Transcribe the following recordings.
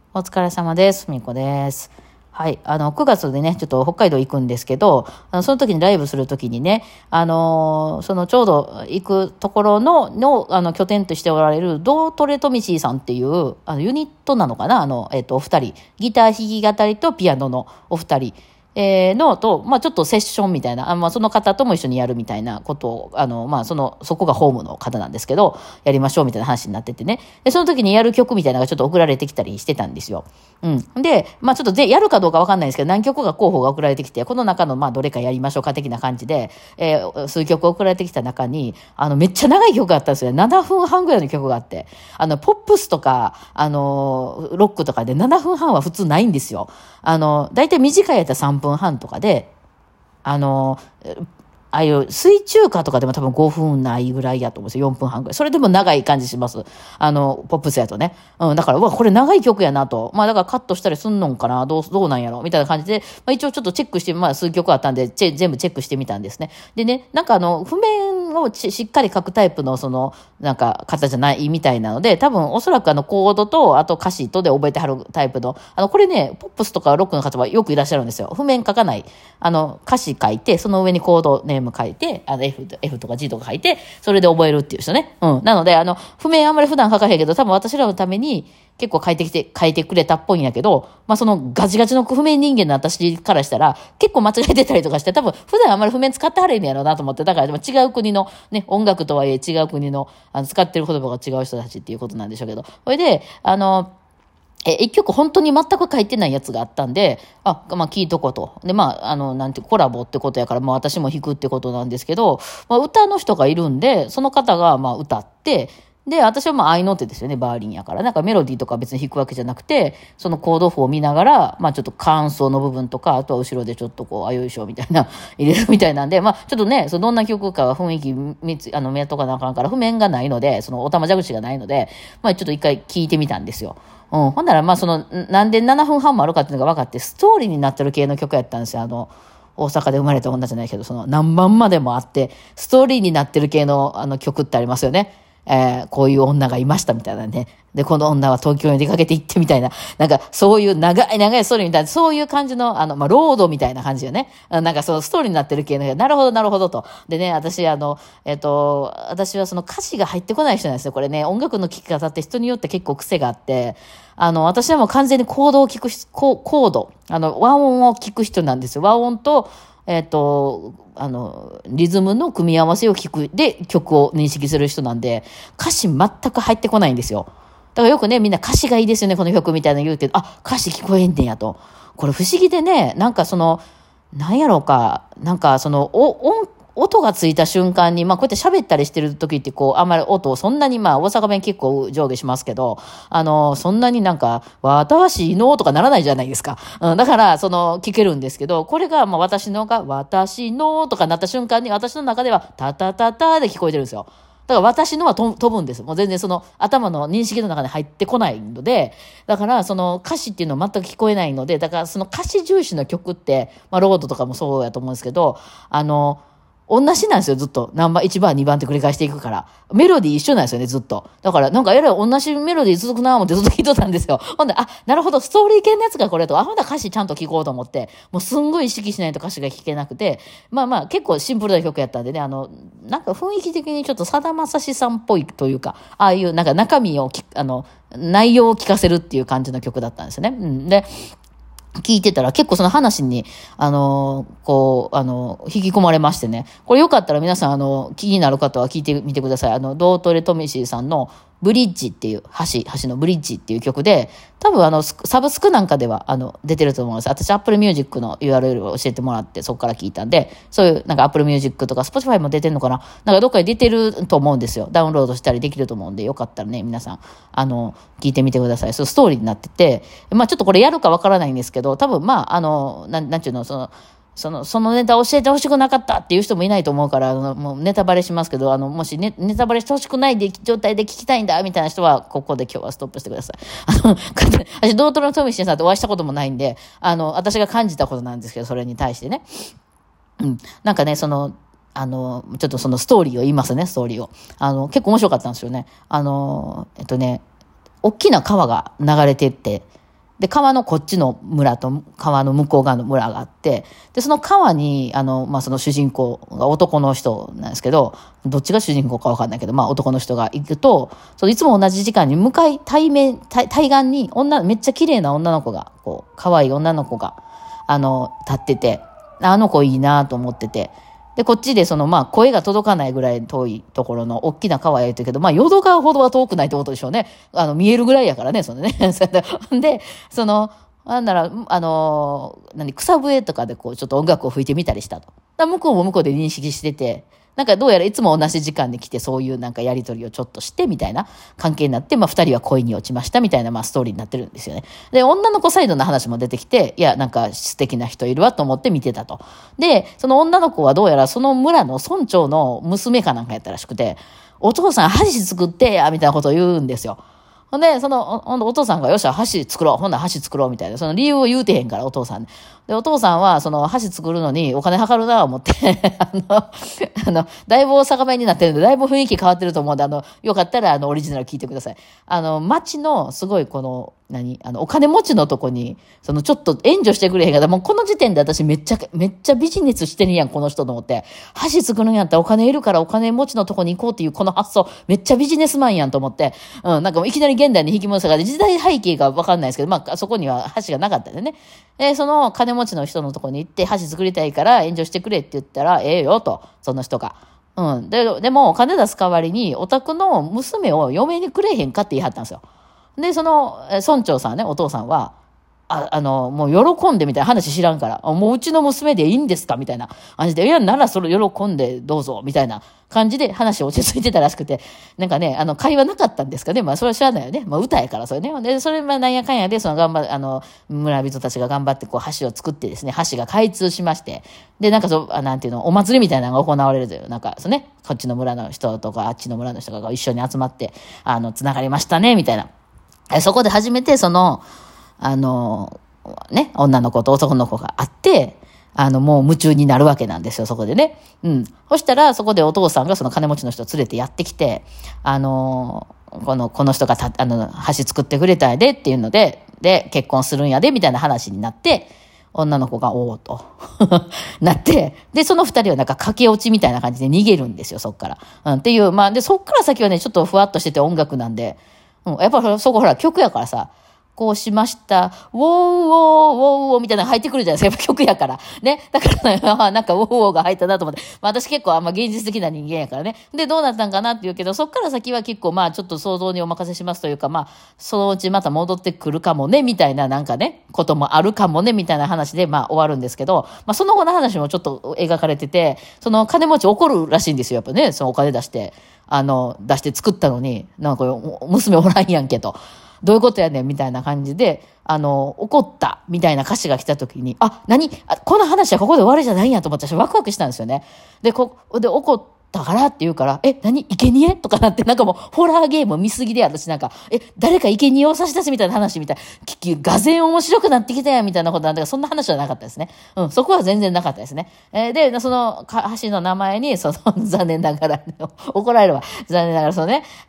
お疲れ様です。みこです。はい。9月でね、ちょっと北海道行くんですけど、その時にライブする時にね、そのちょうど行くところの拠点としておられる、ドートレトミシーさんっていう、ユニットなのかなお二人。ギター弾き語りとピアノのお二人。ちょっとセッションみたいな、その方とも一緒にやるみたいなことを、そこがホームの方なんですけど、やりましょうみたいな話になっててね。で、その時にやる曲みたいなのがちょっと送られてきたりしてたんですよ。で、ちょっとやるかどうかわかんないんですけど、何曲か候補が送られてきて、この中の、どれかやりましょうか的な感じで、数曲送られてきた中に、めっちゃ長い曲があったんですよね。7分半ぐらいの曲があって、ポップスとか、ロックとかで7分半は普通ないんですよ。だいたい短いやったら3分半とかで、ああいう水中歌とかでも多分5分ないぐらいやと思うんですよ。4分半ぐらい。それでも長い感じします。ポップスやとね。だから、これ長い曲やなと。だからカットしたりすんのんかなどうなんやろみたいな感じで、一応ちょっとチェックして、数曲あったんで、全部チェックしてみたんですね。でね、譜面をしっかり書くタイプの、方じゃないみたいなので、多分、おそらくコードと、あと歌詞とで覚えてはるタイプの、これね、ポップスとかロックの方はよくいらっしゃるんですよ。譜面書かない。歌詞書いて、その上にコードネーム書いて、F とか G とか書いて、それで覚えるっていう人ね。なので、譜面あんまり普段書かへんけど、多分私らのために結構書いてくれたっぽいんやけど、そのガチガチの譜面人間の私からしたら、結構間違えてたりとかして、多分普段あんまり譜面使ってはれんやろうなと思って、だからでも違う国のね、音楽とはいえ違う国の、使ってる言葉が違う人たちっていうことなんでしょうけど、それで、一曲本当に全く書いてないやつがあったんで、聞いとこうと。で、コラボってことやから、私も弾くってことなんですけど、歌の人がいるんで、その方が、歌って、で、私は合いの手ですよね、バーリンやから。なんかメロディーとか別に弾くわけじゃなくて、そのコード譜を見ながら、ちょっと感想の部分とか、あとは後ろでちょっとよいしょみたいな、入れるみたいなんで、ちょっとね、どんな曲か雰囲気見とかなあかんから、譜面がないので、そのお玉蛇口がないので、ちょっと一回聞いてみたんですよ。ほんなら、なんで7分半もあるかっていうのが分かって、ストーリーになってる系の曲やったんですよ。大阪で生まれた女じゃないけど、何番までもあって、ストーリーになってる系の曲ってありますよね。こういう女がいましたみたいなね。で、この女は東京に出かけて行ってみたいな。なんか、そういう長いストーリーみたいな、そういう感じの、ロードみたいな感じよね。なんか、そのストーリーになってる系の、なるほどと。でね、私はその歌詞が入ってこない人なんですよ。これね、音楽の聴き方って人によって結構癖があって、私はもう完全にコードを聞くコード、和音を聞く人なんですよ。和音と、リズムの組み合わせを聞くで曲を認識する人なんで、歌詞全く入ってこないんですよ。だからよくね、みんな歌詞がいいですよね、この曲みたいな言うけど、歌詞聞こえんねんやと。これ不思議でね、なんやろうか、音がついた瞬間に、こうやって喋ったりしてる時って、あんまり音をそんなに、大阪弁結構上下しますけど、そんなに私のとかならないじゃないですか。だから、聞けるんですけど、これが、私のとかなった瞬間に、私の中では、タタタタで聞こえてるんですよ。だから私のは飛ぶんです。もう全然頭の認識の中に入ってこないので、だから歌詞っていうのは全く聞こえないので、だから歌詞重視の曲って、ロードとかもそうやと思うんですけど、同じなんですよ、ずっと。1番、2番って繰り返していくから。メロディー一緒なんですよね、ずっと。だから、えらい同じメロディー続くなぁ思ってずっと聞いとったんですよ。ほんで、なるほど、ストーリー系のやつがこれと、ほんで歌詞ちゃんと聞こうと思って、もうすんごい意識しないと歌詞が聞けなくて、結構シンプルな曲やったんでね、雰囲気的にちょっとさだまさしさんっぽいというか、ああいう中身を内容を聞かせるっていう感じの曲だったんですよね。で、聞いてたら結構その話に、引き込まれましてね。これよかったら皆さん、気になる方は聞いてみてください。ドートレトミシーさんのブリッジっていう、橋のブリッジっていう曲で、多分サブスクなんかでは、出てると思うんです。私、Apple Music の URL を教えてもらって、そこから聞いたんで、そういう、Apple Music とか Spotify も出てんのかなどっかに出てると思うんですよ。ダウンロードしたりできると思うんで、よかったらね、皆さん、聞いてみてください。そう、ストーリーになってて、ちょっとこれやるかわからないんですけど、多分、なんちゅうの、そのネタ教えてほしくなかったっていう人もいないと思うから、もうネタバレしますけど、もしネタバレしてほしくない状態で聞きたいんだ、みたいな人は、ここで今日はストップしてください。私、ドートレトミシーさんとお会いしたこともないんで、私が感じたことなんですけど、それに対してね。なんかね、ちょっとそのストーリーを言いますね、ストーリーを。結構面白かったんですよね。大きな川が流れてって、 で、川のこっちの村と川の向こう側の村があって、で、その川に、その主人公が男の人なんですけど、どっちが主人公かわかんないけど、男の人が行くと、いつも同じ時間に対岸にめっちゃ綺麗な女の子が、可愛い女の子が、立ってて、あの子いいなと思ってて、で、こっちで声が届かないぐらい遠いところの大きな川や言うてるけど、淀川ほどは遠くないってことでしょうね。見えるぐらいやからね、それね。で、草笛とかでちょっと音楽を吹いてみたりしたと。向こうも向こうで認識してて、どうやらいつも同じ時間に来てそういうやりとりをちょっとしてみたいな関係になって、二人は恋に落ちましたみたいなストーリーになってるんですよね。で、女の子サイドの話も出てきて、いや、素敵な人いるわと思って見てたと。で、その女の子はどうやらその村の村長の娘かなんかやったらしくて、お父さん箸作ってや、みたいなことを言うんですよ。ほんで、お父さんがよっしゃ、箸作ろう。ほんなら箸作ろうみたいな。その理由を言うてへんから、お父さん。で、お父さんは、箸作るのにお金かかるな、思って。だいぶ大阪弁になってるんで、だいぶ雰囲気変わってると思うんで、よかったら、オリジナル聞いてください。町の、すごいお金持ちのとこに、ちょっと援助してくれへんから、もうこの時点で私めっちゃビジネスしてるやん、この人と思って。箸作るんやったらお金いるからお金持ちのとこに行こうっていうこの発想、めっちゃビジネスマンやんと思って、もういきなり現代に引き戻したから、時代背景がわかんないですけど、そこには箸がなかったんでね。その金持ちの人のとこに行って、箸作りたいから援助してくれって言ったら、ええよと、その人が。でも、お金出す代わりに、お宅の娘を嫁にくれへんかって言い張ったんですよ。で、その、村長さんね、お父さんは、もう喜んでみたいな話知らんから、もううちの娘でいいんですかみたいな感じで、いや、ならそれ喜んでどうぞ、みたいな感じで話落ち着いてたらしくて、会話なかったんですかね。それは知らないよね。歌やから、それね。で、それなんやかんやで、村人たちが頑張って橋を作ってですね、橋が開通しまして、で、お祭りみたいなのが行われるという、こっちの村の人とか、あっちの村の人が一緒に集まって、繋がりましたね、みたいな。そこで初めて女の子と男の子が会って、もう夢中になるわけなんですよ、そこでね。そしたら、そこでお父さんがその金持ちの人を連れてやってきて、この人が橋作ってくれたんやでっていうので、結婚するんやで、みたいな話になって、女の子がおーとなって、で、その二人は駆け落ちみたいな感じで逃げるんですよ、そっから。っていう、で、そっから先はね、ちょっとふわっとしてて音楽なんで、やっぱそこ曲やからさ、こうしました。ウォーウォーウォーウォーみたいなの入ってくるじゃないですか。やっぱ曲やから。ね。だから、ウォーウォーが入ったなと思って。私結構現実的な人間やからね。で、どうなったんかなって言うけど、そっから先は結構ちょっと想像にお任せしますというか、そのうちまた戻ってくるかもね、みたいなこともあるかもね、みたいな話で、終わるんですけど、その後の話もちょっと描かれてて、その金持ち怒るらしいんですよ。やっぱね、そのお金出して、作ったのに、娘おらんやんけと。どういうことやねんみたいな感じで、怒ったみたいな歌詞が来た時に、この話はここで終わりじゃないんやと思って私ワクワクしたんですよね。で、怒ったからって言うから、生贄とかなって、もうホラーゲーム見すぎで私誰か生贄を差し出すみたいな話みたいな、がぜん面白くなってきたやんみたいなことなんだけど、そんな話はなかったですね。そこは全然なかったですね。で、その橋の名前に、残念ながら、怒られるわ。残念ながら、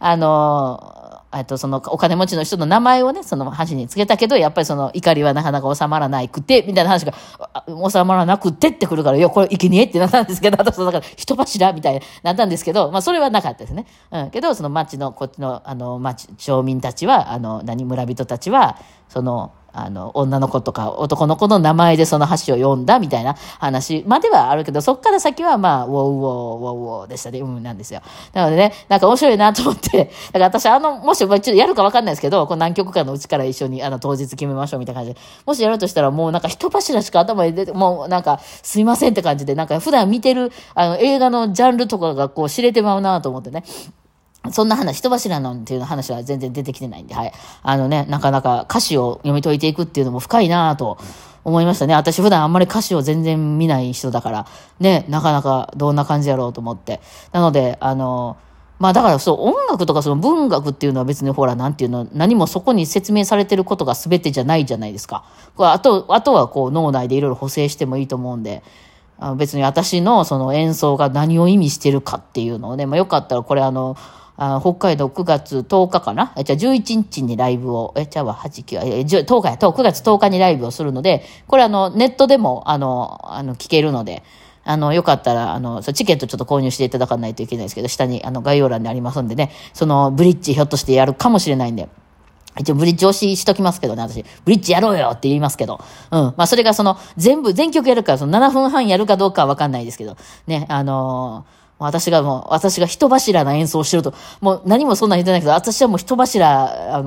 そのお金持ちの人の名前をね、その橋につけたけど、やっぱりその怒りはなかなか収まらなくて、みたいな話が、収まらなくてってくるから、いや、これ生贄ってなったんですけど、私だから人柱みたいになったんですけど、それはなかったですね。けど、その町の、こっちの、町民たちは、村人たちは、女の子とか男の子の名前でその橋を読んだみたいな話まではあるけど、そっから先はウォーウォーウォーウォーでしたね。なんですよ。なのでね、面白いなと思って、だから私もしちょっとやるかわかんないですけど、何曲かのうちから一緒に当日決めましょうみたいな感じで、もしやるとしたらもう人柱しか頭に出て、もうすいませんって感じで、普段見てる映画のジャンルとかが知れてまうなと思ってね。そんな話、人柱なんていう話は全然出てきてないんで、はい。なかなか歌詞を読み解いていくっていうのも深いなと思いましたね。私普段あんまり歌詞を全然見ない人だから、ね、なかなかどんな感じやろうと思って。なので、だから音楽とかその文学っていうのは別に何もそこに説明されてることが全てじゃないじゃないですか。あとは脳内でいろいろ補正してもいいと思うんで、別に私のその演奏が何を意味してるかっていうのをね、よかったらこれ北海道9月10日かなじゃあ11日にライブを、じゃあ8、9、10日や、9月10日にライブをするので、これネットでも、聞けるので、よかったら、チケットちょっと購入していただかないといけないですけど、下に、概要欄でありますんでね、その、ブリッジひょっとしてやるかもしれないんで、一応ブリッジ押しときますけどね、私。ブリッジやろうよって言いますけど。うん。まあ、それが全曲やるから、7分半やるかどうかはわかんないですけど。ね、私が人柱の演奏をしてると、もう何もそんな言ってないけど、私はもう人柱、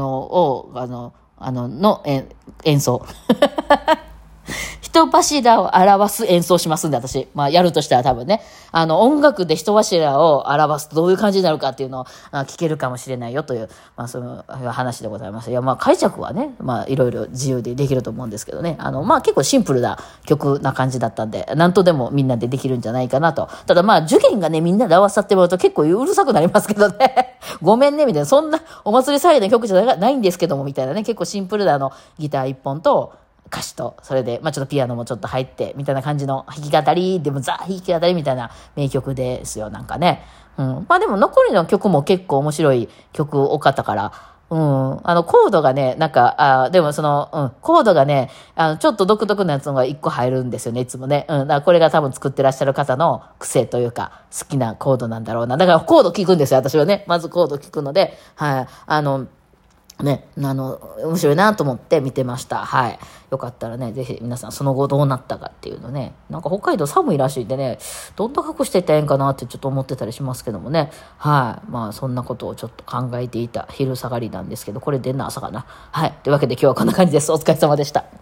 演奏。人柱を表す演奏しますんで、私。まあ、やるとしたら多分ね。音楽で人柱を表すとどういう感じになるかっていうのを聞けるかもしれないよという、まあ、そういう話でございます。いや、まあ、解釈はね、まあ、いろいろ自由でできると思うんですけどね。まあ、結構シンプルな曲な感じだったんで、なんとでもみんなでできるんじゃないかなと。ただまあ、受験がね、みんなで合わさってもらうと結構うるさくなりますけどね。ごめんね、みたいな。そんなお祭り騒ぎな曲じゃないんですけども、みたいなね。結構シンプルなギター一本と、歌詞と、それで、まあちょっとピアノもちょっと入って、みたいな感じの弾き語り、でも弾き語りみたいな名曲ですよ、なんかね。うん。まあでも残りの曲も結構面白い曲多かったから、うん。コードがね、なんか、でもコードがね、ちょっと独特なやつのが一個入るんですよね、いつもね。うん。だからこれが多分作ってらっしゃる方の癖というか、好きなコードなんだろうな。だからコード聞くんですよ、私はね。まずコード聞くので、はい。ね、面白いなと思って見てました。はい。よかったらね、ぜひ皆さんその後どうなったかっていうのね。なんか北海道寒いらしいんでね、どんな格好していったらええんかなってちょっと思ってたりしますけどもね。はい。まあそんなことをちょっと考えていた昼下がりなんですけど、これ出んな朝かな。はい。というわけで今日はこんな感じです。お疲れ様でした。